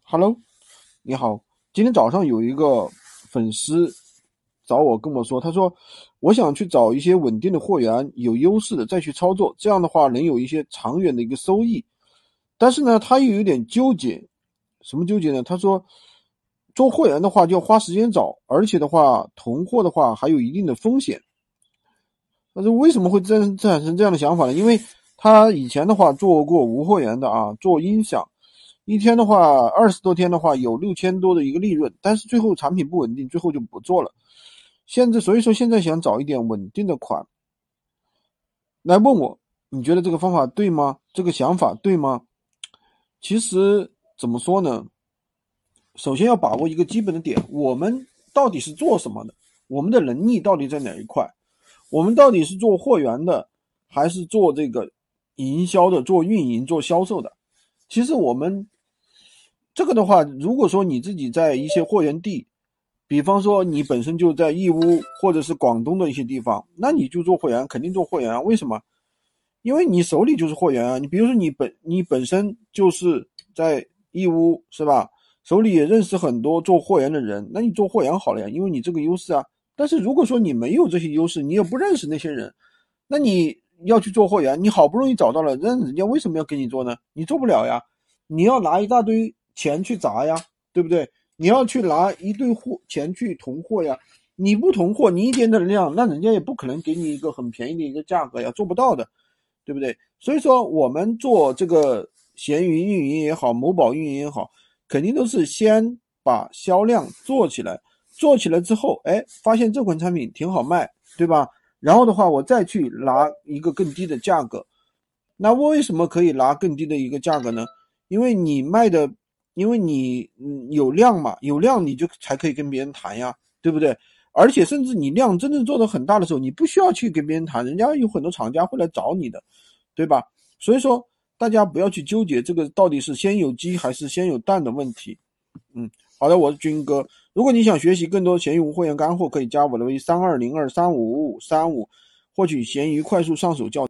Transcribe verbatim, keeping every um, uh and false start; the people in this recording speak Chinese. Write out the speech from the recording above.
Hello，你好。今天早上有一个粉丝找我跟我说，他说我想去找一些稳定的货源，有优势的再去操作，这样的话能有一些长远的一个收益。但是呢，他又有点纠结。什么纠结呢？他说做货源的话就要花时间找，而且的话囤货的话还有一定的风险。他说为什么会产产生这样的想法呢？因为他以前的话做过无货源的啊，做音响，一天的话二十多天的话有六千多的一个利润，但是最后产品不稳定，最后就不做了。现在所以说现在想找一点稳定的款，来问我，你觉得这个方法对吗？这个想法对吗？其实怎么说呢？首先要把握一个基本的点，我们到底是做什么的？我们的能力到底在哪一块？我们到底是做货源的，还是做这个营销的、做运营、做销售的？其实我们这个的话，如果说你自己在一些货源地，比方说你本身就在义乌或者是广东的一些地方，那你就做货源，肯定做货源啊。为什么？因为你手里就是货源啊。你比如说你本你本身就是在义乌是吧？手里也认识很多做货源的人，那你做货源好了呀，因为你这个优势啊。但是如果说你没有这些优势，你也不认识那些人，那你要去做货源，你好不容易找到了，那人家为什么要给你做呢？你做不了呀，你要拿一大堆钱去砸呀，对不对？你要去拿一堆货钱去囤货呀，你不囤货，你一点点的量，那人家也不可能给你一个很便宜的一个价格呀，做不到的，对不对？所以说我们做这个闲鱼运营也好，某宝运营也好，肯定都是先把销量做起来，做起来之后，哎，发现这款产品挺好卖，对吧？然后的话，我再去拿一个更低的价格。那为什么可以拿更低的一个价格呢？因为你卖的，因为你嗯有量嘛，有量你就才可以跟别人谈呀，对不对？而且甚至你量真正做得很大的时候，你不需要去跟别人谈，人家有很多厂家会来找你的，对吧？所以说大家不要去纠结这个到底是先有鸡还是先有蛋的问题。嗯，好的，我是军哥。如果你想学习更多闲鱼无货源干货，可以加我的微三二零二三五五五三五，获取闲鱼快速上手教